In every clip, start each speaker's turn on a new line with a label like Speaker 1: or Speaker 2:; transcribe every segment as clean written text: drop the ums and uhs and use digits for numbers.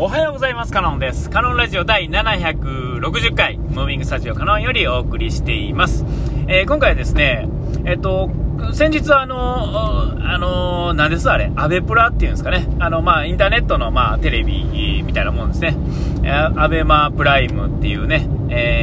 Speaker 1: おはようございます。カノンです。カノンラジオ第760回ムービングスタジオカノンよりお送りしています。今回はですね、先日何ですあれ、アベプラっていうんですかね、インターネットのテレビみたいなもんですね。アベマプライムっていうね、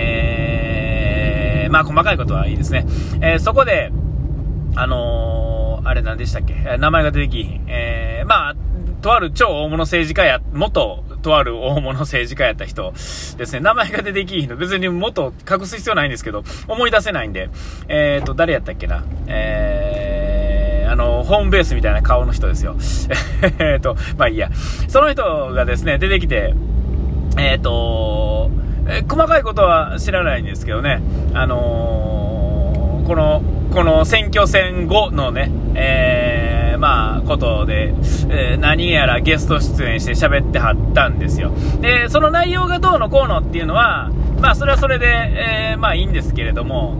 Speaker 1: 細かいことはいいですね。そこであれ何でしたっけ、名前が出てきひん、とある超大物政治家とある大物政治家やった人ですね。名前が出てきひんの、別にもっと隠す必要ないんですけど、思い出せないんで、誰やったっけな、ホームベースみたいな顔の人ですよ。いいや。その人がですね、出てきて、細かいことは知らないんですけどね、この選挙戦後のね、ことで、何やらゲスト出演して喋ってはったんですよ。で、その内容がどうのこうのっていうのは、それはそれで、いいんですけれども、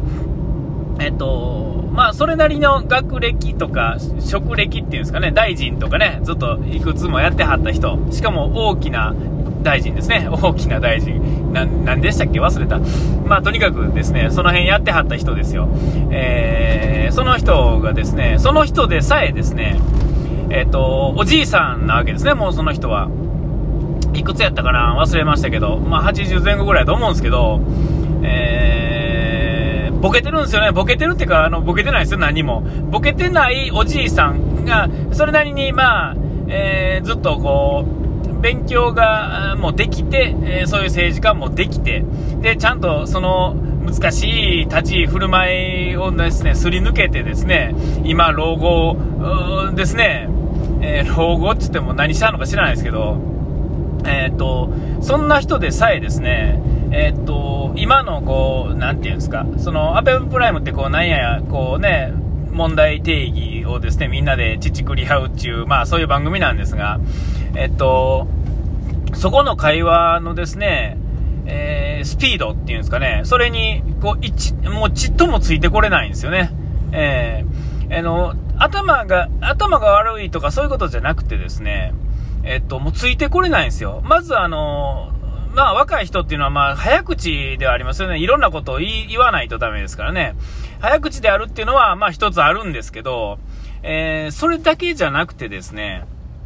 Speaker 1: それなりの学歴とか職歴っていうんですかね、大臣とかね、ずっといくつもやってはった人、しかも大きな大臣ですね。大きな大臣。何でしたっけ、忘れた。とにかくですね、その辺やってはった人ですよ。その人がですね、その人でさえですね、おじいさんなわけですね。もうその人はいくつやったかな、忘れましたけど、80前後ぐらいだと思うんですけど、ボケてるんですよね。ボケてるっていうか、ボケてないですよ、何も。ボケてないおじいさんが、それなりに、ずっとこう、勉強がもうできて、そういう政治家もできて、で、ちゃんとその難しい立ち振る舞いをですね、すり抜けてですね、今、老後ですね、老後って言っても何したのか知らないですけど、そんな人でさえですね、今のこう、なんていうんですか、そのアベマプライムってこう、なんやこうね、問題定義をですね、みんなでちちくり合うっていう、そういう番組なんですが、そこの会話のですね、スピードっていうんですかね、それにこうもうちっともついてこれないんですよね。頭が悪いとかそういうことじゃなくてですね、もうついてこれないんですよ。まず若い人っていうのは早口ではありますよね。いろんなことを言わないとダメですからね。早口であるっていうのは一つあるんですけど、それだけじゃなくてですね、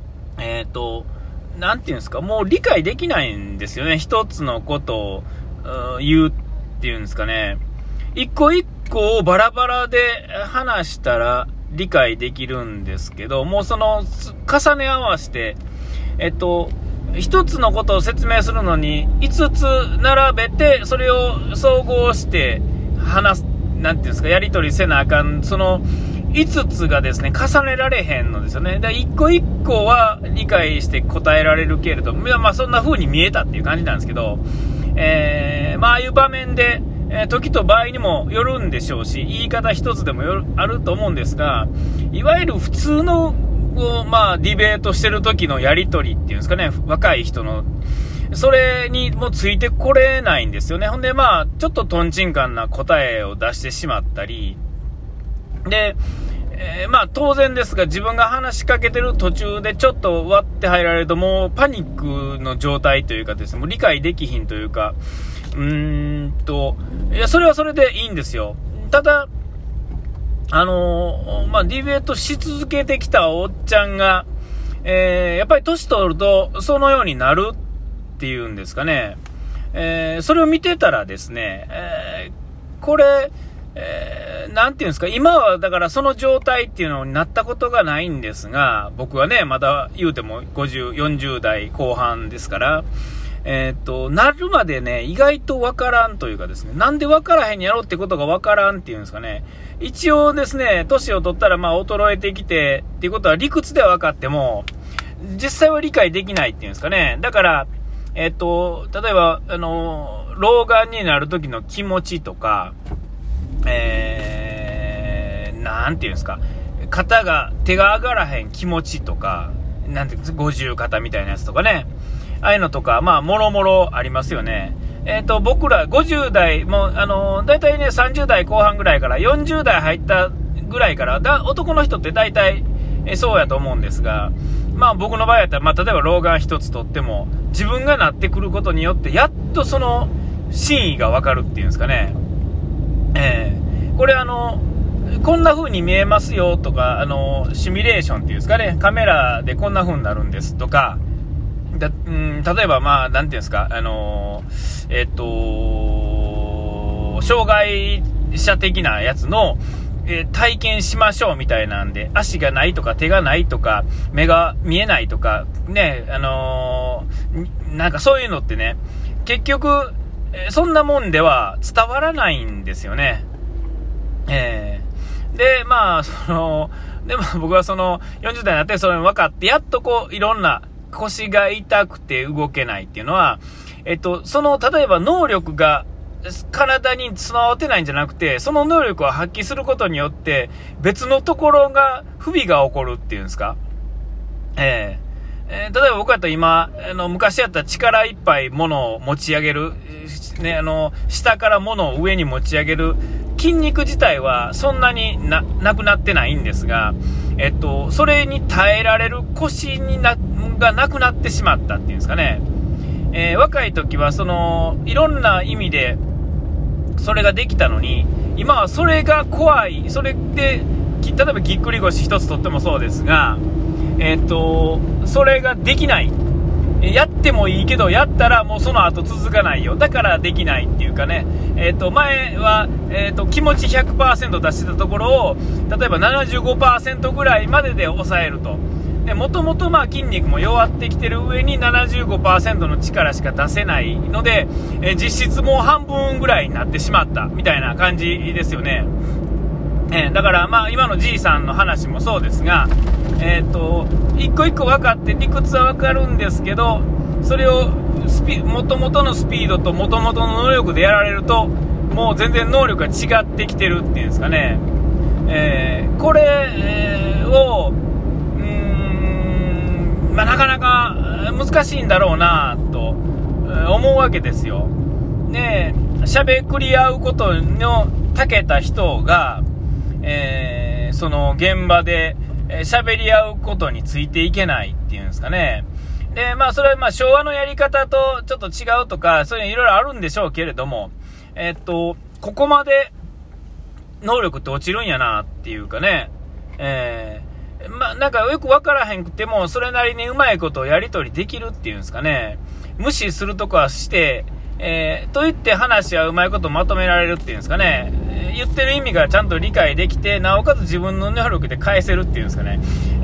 Speaker 1: なんていうんですか、もう理解できないんですよね。一つのことを言うっていうんですかね。一個一個をバラバラで話したら理解できるんですけど、もうその重ね合わせて、一つのことを説明するのに5つ並べて、それを総合して話す、なんていうんですか、やり取りせなあかん、その5つがですね、重ねられへんのですよね。だから一個一個は理解して答えられるけれども、そんな風に見えたっていう感じなんですけど、ああいう場面で、時と場合にもよるんでしょうし、言い方一つでもあると思うんですが、いわゆる普通のディベートしてる時のやり取りっていうんですかね、若い人の、それにもついてこれないんですよね。ほんでちょっとトンチンカンな答えを出してしまったりで、当然ですが、自分が話しかけてる途中でちょっと割って入られると、もうパニックの状態というかですね、もう理解できひんというか、いや、それはそれでいいんですよ。ただディベートし続けてきたおっちゃんが、やっぱり年取るとそのようになるっていうんですかね。それを見てたらですね、これ、なんていうんですか、今はだからその状態っていうのになったことがないんですが、僕はね、まだ言うても40代後半ですから、なるまでね、意外とわからんというかですね、なんでわからへんやろってことがわからんっていうんですかね。一応ですね、年を取ったら衰えてきてっていうことは理屈では分かっても、実際は理解できないっていうんですかね。だから、例えば、老眼になる時の気持ちとか、なんていうんですか、手が上がらへん気持ちとか、なんていうんですか、50肩みたいなやつとかね。ああいうのとか、もろもろありますよね。僕ら50代、もう、だいたいね、30代後半ぐらいから、40代入ったぐらいから、男の人ってだいたい、 そうやと思うんですが、まあ僕の場合やったら、例えば老眼一つとっても、自分がなってくることによって、やっとその真意がわかるっていうんですかね。これこんな風に見えますよとか、シミュレーションっていうんですかね、カメラでこんな風になるんですとか、例えばなんていうんですか、障害者的なやつの、体験しましょうみたいなんで、足がないとか手がないとか目が見えないとかね、なんかそういうのってね、結局そんなもんでは伝わらないんですよね。ででも僕は40代になってそれ分かって、やっといろんな腰が痛くて動けないっていうのは、例えば能力が体に備わってないんじゃなくて、その能力を発揮することによって別のところが不備が起こるっていうんですか。例えば僕だったら今昔やったら力いっぱい物を持ち上げる、下から物を上に持ち上げる筋肉自体はそんなに なくなってないんですが、それに耐えられる腰がなくなってしまったっていうんですかね。若い時はいろんな意味でそれができたのに、今はそれが怖い。それで例えばぎっくり腰一つとってもそうですが、それができない。やってもいいけど、やったらもうその後続かないよ。だからできないっていうかね、前は、気持ち 100% 出してたところを、例えば 75% ぐらいまでで抑えると。もともと筋肉も弱ってきてる上に 75% の力しか出せないので、実質もう半分ぐらいになってしまったみたいな感じですよね。だから今のじいさんの話もそうですが、一個一個分かって理屈は分かるんですけど、それを元々のスピードと元々の能力でやられると、もう全然能力が違ってきてるっていうんですかね。これをなかなか難しいんだろうなと思うわけですよ。ね、喋り合うことの長けた人が、その現場で喋り合うことについていけないっていうんですかね。で、それは昭和のやり方とちょっと違うとか、そういういろいろあるんでしょうけれども、ここまで能力って落ちるんやなっていうかね、なんかよく分からへんくてもそれなりにうまいことをやり取りできるっていうんですかね。無視するとこはして、と言って話はうまいことまとめられるっていうんですかね。言ってる意味がちゃんと理解できて、なおかつ自分の能力で返せるっていうんですかね。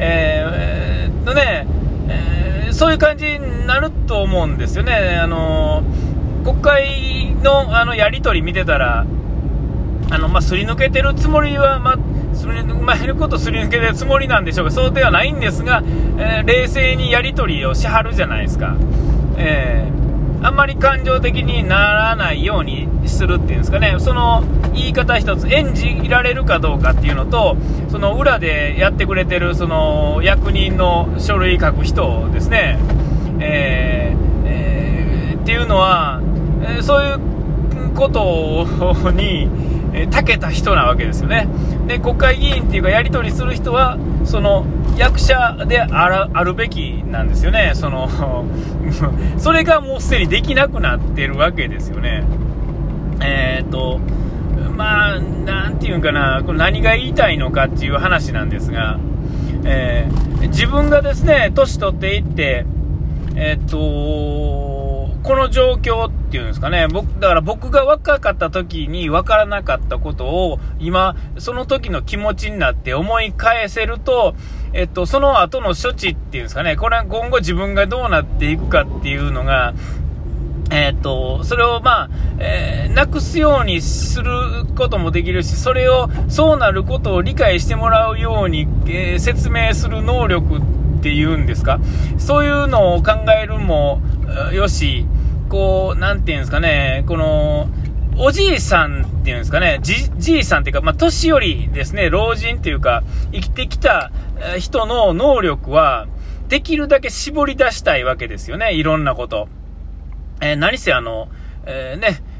Speaker 1: そういう感じになると思うんですよね。国会のやり取り見てたら、すり抜けてるつもりは、うまいことすり抜けてるつもりなんでしょうか。そうではないんですが、冷静にやり取りをしはるじゃないですか。あんまり感情的にならないようにするっていうんですかね。その言い方一つ、演じられるかどうかっていうのと、その裏でやってくれてるその役人の書類書く人ですね、っていうのは、そういうことに長けた人なわけですよね。で、国会議員っていうかやり取りする人はその役者であるべきなんですよね。それがもうすでにできなくなってるわけですよね。なんていうんかな、これ何が言いたいのかっていう話なんですが、自分がですね年取っていって、この状況っていうんですかね、だから僕が若かった時に分からなかったことを今その時の気持ちになって思い返せると、その後の処置っていうんですかね、これは今後自分がどうなっていくかっていうのが、それをなくすようにすることもできるし、それをそうなることを理解してもらうように、説明する能力っていうんですか、そういうのを考えるもよし、なんていうんですかね、このおじいさんっていうんですかね、じいさんっていうか、年寄りですね、老人っていうか生きてきた人の能力はできるだけ絞り出したいわけですよね、いろんなこと。何せ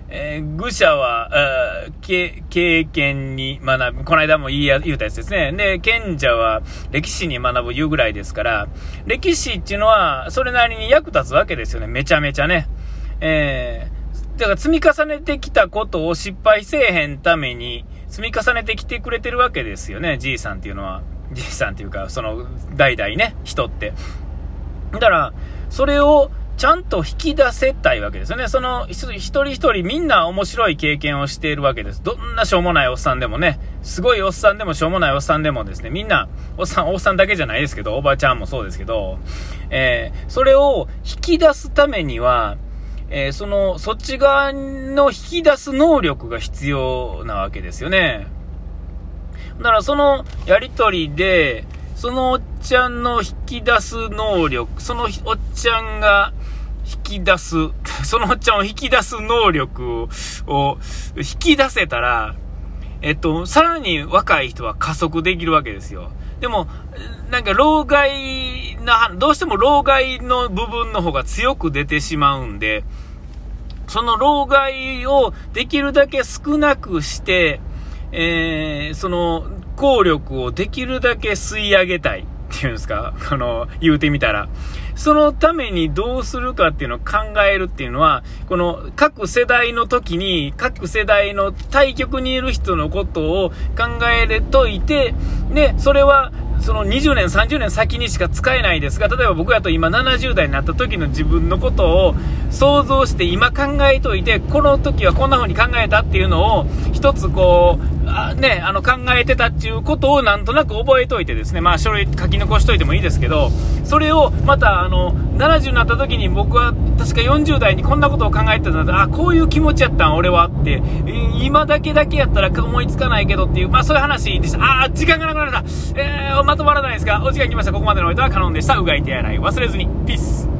Speaker 1: 愚者は、経験に学ぶ。この間も言うたやつですね。で、賢者は歴史に学ぶ言うぐらいですから、歴史っていうのは、それなりに役立つわけですよね。めちゃめちゃね。だから積み重ねてきたことを失敗せえへんために、積み重ねてきてくれてるわけですよね。じいさんっていうのは。じいさんっていうか、その、代々ね、人って。だから、それを、ちゃんと引き出せたいわけですよね。その一人一人みんな面白い経験をしているわけです。どんなしょうもないおっさんでもね、すごいおっさんでもしょうもないおっさんでもですね、みんなおっさんだけじゃないですけど、おばちゃんもそうですけど、それを引き出すためには、そっち側の引き出す能力が必要なわけですよね。だからそのやりとりで、そのおっちゃんの引き出す能力、そのおっちゃんが引き出す、そのおっちゃんを引き出す能力を引き出せたら、さらに若い人は加速できるわけですよ。でも、なんかどうしても老害の部分の方が強く出てしまうんで、その老害をできるだけ少なくして、その効力をできるだけ吸い上げたいっていうんですか、言うてみたら。そのためにどうするかっていうのを考えるっていうのは、この各世代の時に、各世代の対極にいる人のことを考えれといて、で、それは、その20年、30年先にしか使えないですが、例えば僕だと今70代になった時の自分のことを想像して今考えといて、この時はこんな風に考えたっていうのを一つこう、考えてたっていうことをなんとなく覚えといてですね、まあ書類書き残しといてもいいですけど、それをまた70になった時に僕は確か40代にこんなことを考えてたんだ、こういう気持ちやったん俺はって、今だけやったら思いつかないけどっていう、まあそういう話でした。時間がなくなった。まとまらないですが、お時間来ました。ここまでのお相手はカノンでした。うがい手洗い忘れずに。ピース。